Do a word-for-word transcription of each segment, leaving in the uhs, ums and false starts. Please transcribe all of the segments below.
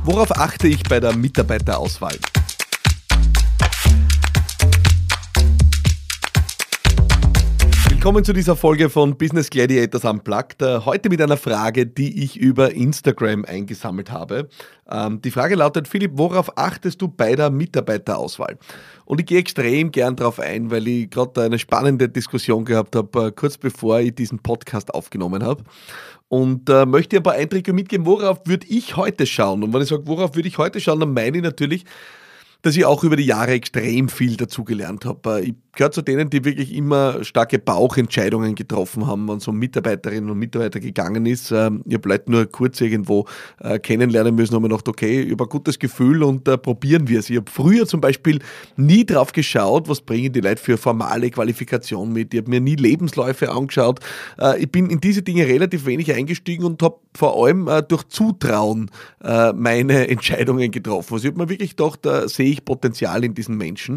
Worauf achte ich bei der Mitarbeiterauswahl? Willkommen zu dieser Folge von Business Gladiators Unplugged. Heute mit einer Frage, die ich über Instagram eingesammelt habe. Die Frage lautet: Philipp, worauf achtest du bei der Mitarbeiterauswahl? Und ich gehe extrem gern darauf ein, weil ich gerade eine spannende Diskussion gehabt habe, kurz bevor ich diesen Podcast aufgenommen habe. Und äh, möchte ein paar Eindrücke mitgeben, worauf würde ich heute schauen? Und wenn ich sage, worauf würde ich heute schauen, dann meine ich natürlich, dass ich auch über die Jahre extrem viel dazugelernt habe. Ich gehöre zu denen, die wirklich immer starke Bauchentscheidungen getroffen haben, wenn es um Mitarbeiterinnen und Mitarbeiter gegangen ist. Ich habe Leute nur kurz irgendwo kennenlernen müssen und habe mir gedacht, okay, ich habe ein gutes Gefühl und uh, probieren wir es. Ich habe früher zum Beispiel nie drauf geschaut, was bringen die Leute für formale Qualifikation mit. Ich habe mir nie Lebensläufe angeschaut. Ich bin in diese Dinge relativ wenig eingestiegen und habe vor allem uh, durch Zutrauen uh, meine Entscheidungen getroffen. Also ich habe mir wirklich gedacht, da sehe ich Potenzial in diesen Menschen.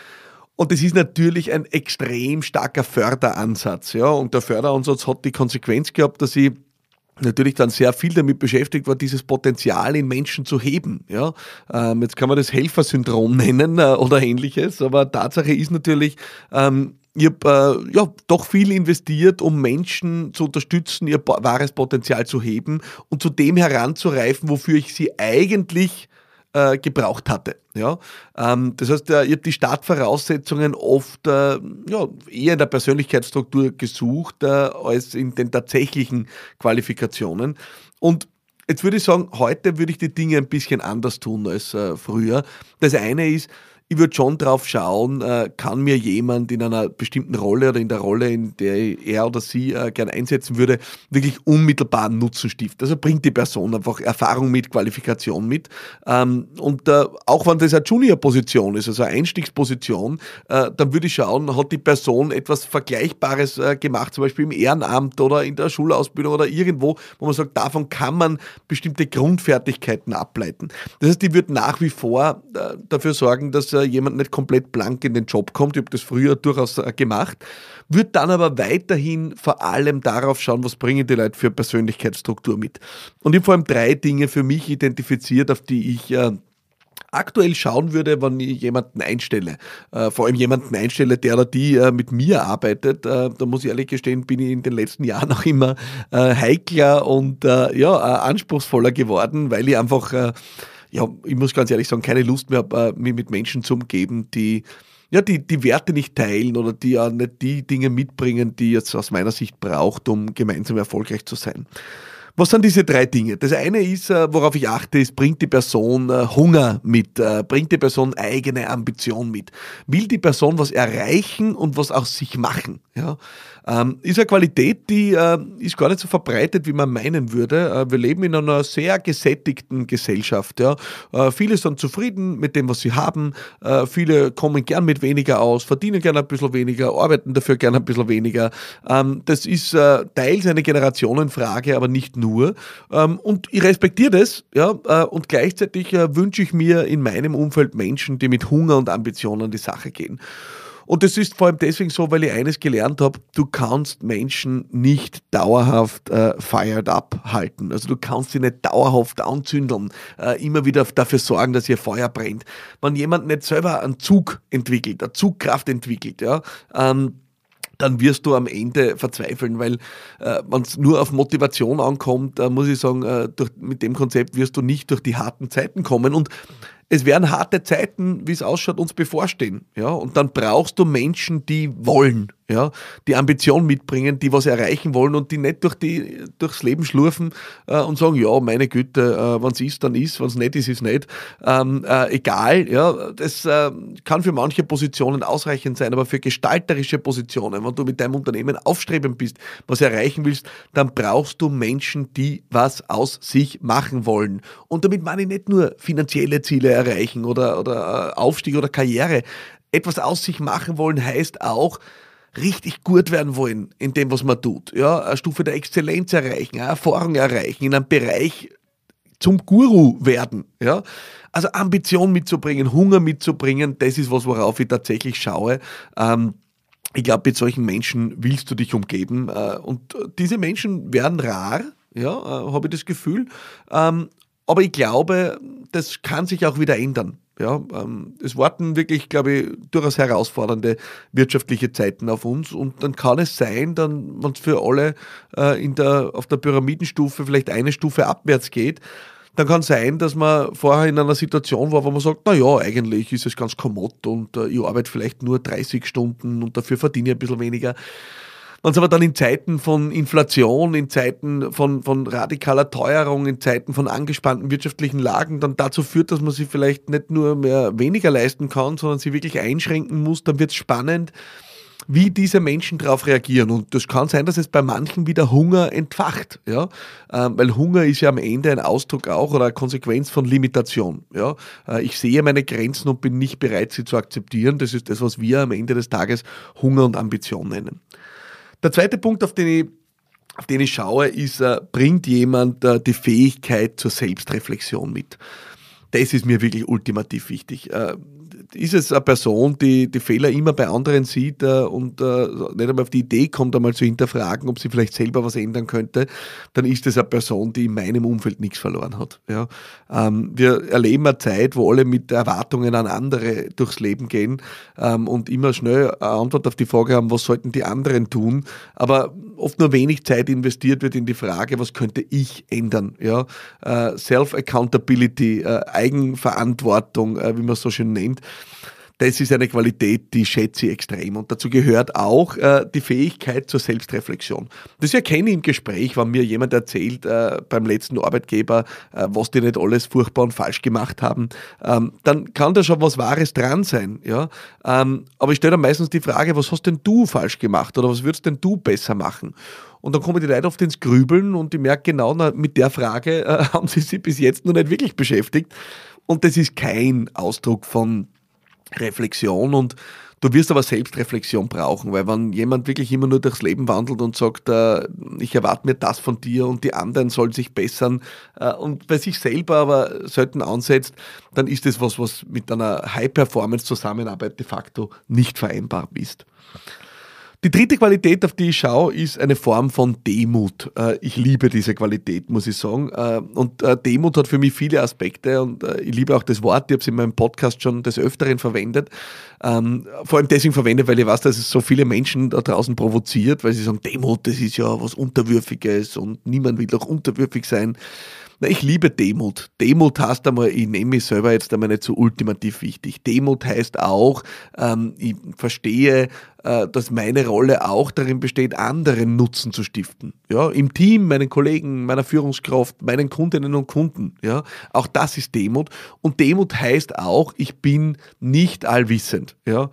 Und das ist natürlich ein extrem starker Förderansatz. Ja? Und der Förderansatz hat die Konsequenz gehabt, dass ich natürlich dann sehr viel damit beschäftigt war, dieses Potenzial in Menschen zu heben. Ja? Ähm, jetzt kann man das Helfersyndrom nennen äh, oder ähnliches, aber Tatsache ist natürlich, ähm, ich habe äh, ja, doch viel investiert, um Menschen zu unterstützen, ihr wahres Potenzial zu heben und zu dem heranzureifen, wofür ich sie eigentlich äh, gebraucht hatte. Ja, ähm, das heißt, äh, ich habe die Startvoraussetzungen oft äh, ja, eher in der Persönlichkeitsstruktur gesucht, äh, als in den tatsächlichen Qualifikationen. Und jetzt würde ich sagen, heute würde ich die Dinge ein bisschen anders tun als äh, früher. Das eine ist, ich würde schon drauf schauen, äh, kann mir jemand in einer bestimmten Rolle oder in der Rolle, in der er oder sie äh, gern einsetzen würde, wirklich unmittelbaren Nutzen stiften. Also bringt die Person einfach Erfahrung mit, Qualifikation mit. Ähm, und äh, auch wenn das eine Junior-Position ist, also eine Einstiegsposition, äh, dann würde ich schauen, hat die Person etwas Vergleichbares äh, gemacht, zum Beispiel im Ehrenamt oder in der Schulausbildung oder irgendwo, wo man sagt, davon kann man bestimmte Grundfertigkeiten ableiten. Das heißt, die wird nach wie vor äh, dafür sorgen, dass jemand nicht komplett blank in den Job kommt. Ich habe das früher durchaus gemacht. Würde dann aber weiterhin vor allem darauf schauen, was bringen die Leute für Persönlichkeitsstruktur mit. Und ich habe vor allem drei Dinge für mich identifiziert, auf die ich äh, aktuell schauen würde, wenn ich jemanden einstelle. Äh, vor allem jemanden einstelle, der oder die äh, mit mir arbeitet. Äh, da muss ich ehrlich gestehen, bin ich in den letzten Jahren auch immer äh, heikler und äh, ja, äh, anspruchsvoller geworden, weil ich einfach äh, ja, ich muss ganz ehrlich sagen, keine Lust mehr habe, mich mit Menschen zu umgeben, die ja, die, die Werte nicht teilen oder die ja nicht die Dinge mitbringen, die jetzt aus meiner Sicht braucht, um gemeinsam erfolgreich zu sein. Was sind diese drei Dinge? Das eine ist, worauf ich achte, ist, bringt die Person Hunger mit, bringt die Person eigene Ambition mit, will die Person was erreichen und was aus sich machen. Ja? Ähm, ist eine Qualität, die äh, ist gar nicht so verbreitet, wie man meinen würde. Äh, wir leben in einer sehr gesättigten Gesellschaft. Ja? Äh, viele sind zufrieden mit dem, was sie haben. Äh, viele kommen gern mit weniger aus, verdienen gern ein bisschen weniger, arbeiten dafür gern ein bisschen weniger. Ähm, das ist äh, teils eine Generationenfrage, aber nicht nur. Ähm, und ich respektiere das. Ja? Äh, und gleichzeitig äh, wünsche ich mir in meinem Umfeld Menschen, die mit Hunger und Ambitionen an die Sache gehen. Und das ist vor allem deswegen so, weil ich eines gelernt habe, du kannst Menschen nicht dauerhaft äh, fired up halten. Also du kannst sie nicht dauerhaft anzündeln, äh, immer wieder dafür sorgen, dass ihr Feuer brennt. Wenn jemand nicht selber einen Zug entwickelt, eine Zugkraft entwickelt, ja, ähm, dann wirst du am Ende verzweifeln, weil äh, wenn es nur auf Motivation ankommt, äh, muss ich sagen, äh, durch, mit dem Konzept wirst du nicht durch die harten Zeiten kommen. Und es werden harte Zeiten, wie es ausschaut, uns bevorstehen. Ja? Und dann brauchst du Menschen, die wollen, ja? Die Ambition mitbringen, die was erreichen wollen und die nicht durch die, durchs Leben schlurfen äh, und sagen, ja, meine Güte, äh, wenn es ist, dann ist, wenn es nicht ist, ist nicht. Ähm, äh, egal, ja, das äh, kann für manche Positionen ausreichend sein, aber für gestalterische Positionen, wenn du mit deinem Unternehmen aufstrebend bist, was erreichen willst, dann brauchst du Menschen, die was aus sich machen wollen. Und damit meine ich nicht nur finanzielle Ziele erreichen oder, oder äh, Aufstieg oder Karriere. Etwas aus sich machen wollen heißt auch, richtig gut werden wollen in dem, was man tut. Ja, eine Stufe der Exzellenz erreichen, eine Erfahrung erreichen, in einem Bereich zum Guru werden. Ja? Also Ambition mitzubringen, Hunger mitzubringen, das ist was, worauf ich tatsächlich schaue. Ähm, ich glaube, mit solchen Menschen willst du dich umgeben. Äh, und diese Menschen werden rar, ja, äh, habe ich das Gefühl. Ähm, Aber ich glaube, das kann sich auch wieder ändern. Ja, ähm, es warten wirklich, glaube ich, durchaus herausfordernde wirtschaftliche Zeiten auf uns und dann kann es sein, dann, wenn es für alle äh, in der, auf der Pyramidenstufe vielleicht eine Stufe abwärts geht, dann kann es sein, dass man vorher in einer Situation war, wo man sagt, na ja, eigentlich ist es ganz kommod und äh, ich arbeite vielleicht nur dreißig Stunden und dafür verdiene ich ein bisschen weniger. Wenn es aber dann in Zeiten von Inflation, in Zeiten von, von radikaler Teuerung, in Zeiten von angespannten wirtschaftlichen Lagen dann dazu führt, dass man sich vielleicht nicht nur mehr weniger leisten kann, sondern sie wirklich einschränken muss, dann wird es spannend, wie diese Menschen darauf reagieren. Und das kann sein, dass es bei manchen wieder Hunger entfacht, ja, ähm, weil Hunger ist ja am Ende ein Ausdruck auch oder eine Konsequenz von Limitation, ja. Äh, ich sehe meine Grenzen und bin nicht bereit, sie zu akzeptieren. Das ist das, was wir am Ende des Tages Hunger und Ambition nennen. Der zweite Punkt, auf den ich, auf den ich schaue, ist, äh, bringt jemand äh, die Fähigkeit zur Selbstreflexion mit? Das ist mir wirklich ultimativ wichtig. Äh, ist es eine Person, die die Fehler immer bei anderen sieht äh, und äh, nicht einmal auf die Idee kommt, einmal zu hinterfragen, ob sie vielleicht selber was ändern könnte, dann ist es eine Person, die in meinem Umfeld nichts verloren hat. Ja? Ähm, wir erleben eine Zeit, wo alle mit Erwartungen an andere durchs Leben gehen ähm, und immer schnell eine Antwort auf die Frage haben, was sollten die anderen tun, aber oft nur wenig Zeit investiert wird in die Frage, was könnte ich ändern. Ja? Äh, Self-Accountability, äh, Eigenverantwortung, äh, wie man es so schön nennt. Das ist eine Qualität, die schätze ich extrem. Und dazu gehört auch äh, die Fähigkeit zur Selbstreflexion. Das erkenne ich im Gespräch, wenn mir jemand erzählt äh, beim letzten Arbeitgeber, äh, was die nicht alles furchtbar und falsch gemacht haben. Ähm, dann kann da schon was Wahres dran sein. Ja? Ähm, aber ich stelle dann meistens die Frage, was hast denn du falsch gemacht oder was würdest denn du besser machen? Und dann kommen die Leute oft ins Grübeln und ich merke genau, na, mit der Frage äh, haben sie sich bis jetzt noch nicht wirklich beschäftigt. Und das ist kein Ausdruck von Reflexion und du wirst aber Selbstreflexion brauchen, weil wenn jemand wirklich immer nur durchs Leben wandelt und sagt, äh, ich erwarte mir das von dir und die anderen sollen sich bessern äh, und bei sich selber aber selten ansetzt, dann ist das was, was mit einer High-Performance-Zusammenarbeit de facto nicht vereinbar ist. Die dritte Qualität, auf die ich schaue, ist eine Form von Demut. Ich liebe diese Qualität, muss ich sagen. Und Demut hat für mich viele Aspekte und ich liebe auch das Wort, ich habe es in meinem Podcast schon des Öfteren verwendet. Vor allem deswegen verwendet, weil ich weiß, dass es so viele Menschen da draußen provoziert, weil sie sagen, Demut, das ist ja was Unterwürfiges und niemand will doch unterwürfig sein. Na, ich liebe Demut. Demut heißt einmal, ich nehme mich selber jetzt einmal nicht so ultimativ wichtig. Demut heißt auch, ähm, ich verstehe, äh, dass meine Rolle auch darin besteht, anderen Nutzen zu stiften. Ja, im Team, meinen Kollegen, meiner Führungskraft, meinen Kundinnen und Kunden. Ja, auch das ist Demut. Und Demut heißt auch, ich bin nicht allwissend. Ja.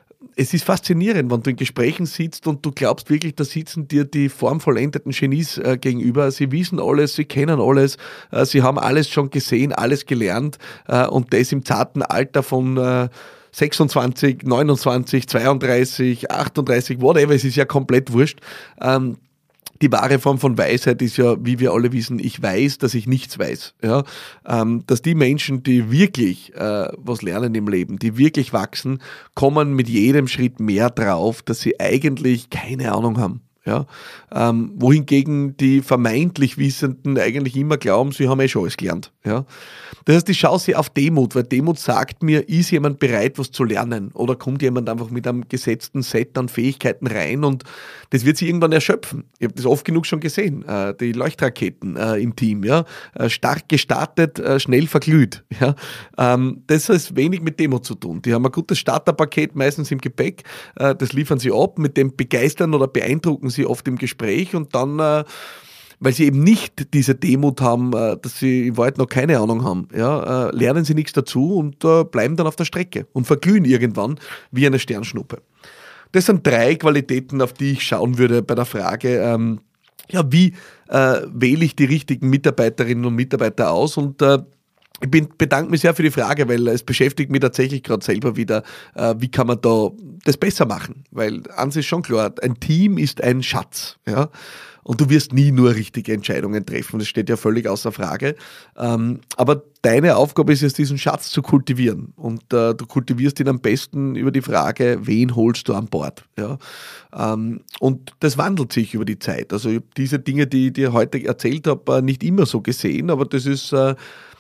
Es ist faszinierend, wenn du in Gesprächen sitzt und du glaubst wirklich, da sitzen dir die formvollendeten Genies äh, gegenüber. Sie wissen alles, sie kennen alles, äh, sie haben alles schon gesehen, alles gelernt äh, und das im zarten Alter von äh, sechsundzwanzig, neunundzwanzig, zweiunddreißig, achtunddreißig, whatever, es ist ja komplett wurscht. Ähm, Die wahre Form von Weisheit ist ja, wie wir alle wissen, ich weiß, dass ich nichts weiß. Ja? Ähm, dass die Menschen, die wirklich äh, was lernen im Leben, die wirklich wachsen, kommen mit jedem Schritt mehr drauf, dass sie eigentlich keine Ahnung haben. Ja? Ähm, wohingegen die vermeintlich Wissenden eigentlich immer glauben, sie haben eh schon alles gelernt. Ja? Das heißt, ich schaue sehr auf Demut, weil Demut sagt mir, ist jemand bereit, was zu lernen? Oder kommt jemand einfach mit einem gesetzten Set an Fähigkeiten rein und das wird sich irgendwann erschöpfen. Ich habe das oft genug schon gesehen, äh, die Leuchtraketen äh, im Team, ja? äh, stark gestartet, äh, schnell verglüht. Ja? Ähm, das hat wenig mit Demut zu tun. Die haben ein gutes Starterpaket meistens im Gepäck, äh, das liefern sie ab, mit dem begeistern oder beeindrucken sie oft im Gespräch und dann äh, weil sie eben nicht diese Demut haben, dass sie in Wahrheit noch keine Ahnung haben, ja, lernen sie nichts dazu und bleiben dann auf der Strecke und verglühen irgendwann wie eine Sternschnuppe. Das sind drei Qualitäten, auf die ich schauen würde bei der Frage, ähm, ja, wie äh, wähle ich die richtigen Mitarbeiterinnen und Mitarbeiter aus und äh, ich bin, bedanke mich sehr für die Frage, weil es beschäftigt mich tatsächlich gerade selber wieder, äh, wie kann man da das besser machen, weil eins ist schon klar, ein Team ist ein Schatz, ja. Und du wirst nie nur richtige Entscheidungen treffen, das steht ja völlig außer Frage. Ähm, aber deine Aufgabe ist es, diesen Schatz zu kultivieren. Und äh, du kultivierst ihn am besten über die Frage, wen holst du an Bord? Ja? Ähm, und das wandelt sich über die Zeit. Also ich habe diese Dinge, die ich dir heute erzählt habe, nicht immer so gesehen, aber das ist... Äh,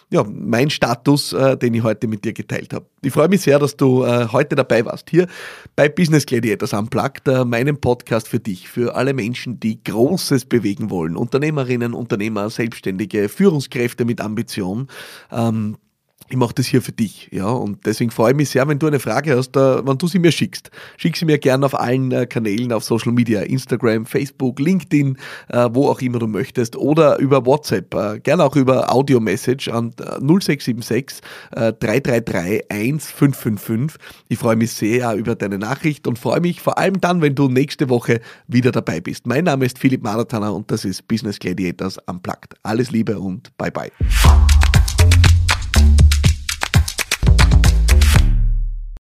ja, mein Status, äh, den ich heute mit dir geteilt habe. Ich freue mich sehr, dass du äh, heute dabei warst, hier bei Business Gladiators Unplugged, äh, meinem Podcast für dich, für alle Menschen, die Großes bewegen wollen, Unternehmerinnen, Unternehmer, Selbstständige, Führungskräfte mit Ambition. Ähm, Ich mache das hier für dich, ja, und deswegen freue ich mich sehr, wenn du eine Frage hast, äh, wenn du sie mir schickst. Schick sie mir gerne auf allen äh, Kanälen, auf Social Media, Instagram, Facebook, LinkedIn, äh, wo auch immer du möchtest, oder über WhatsApp, äh, gerne auch über Audio-Message an äh, null sechs sieben sechs äh, drei drei drei eins fünf fünf fünf. Ich freue mich sehr über deine Nachricht und freue mich vor allem dann, wenn du nächste Woche wieder dabei bist. Mein Name ist Philipp Maratana und das ist Business Gladiators Unplugged. Alles Liebe und bye bye.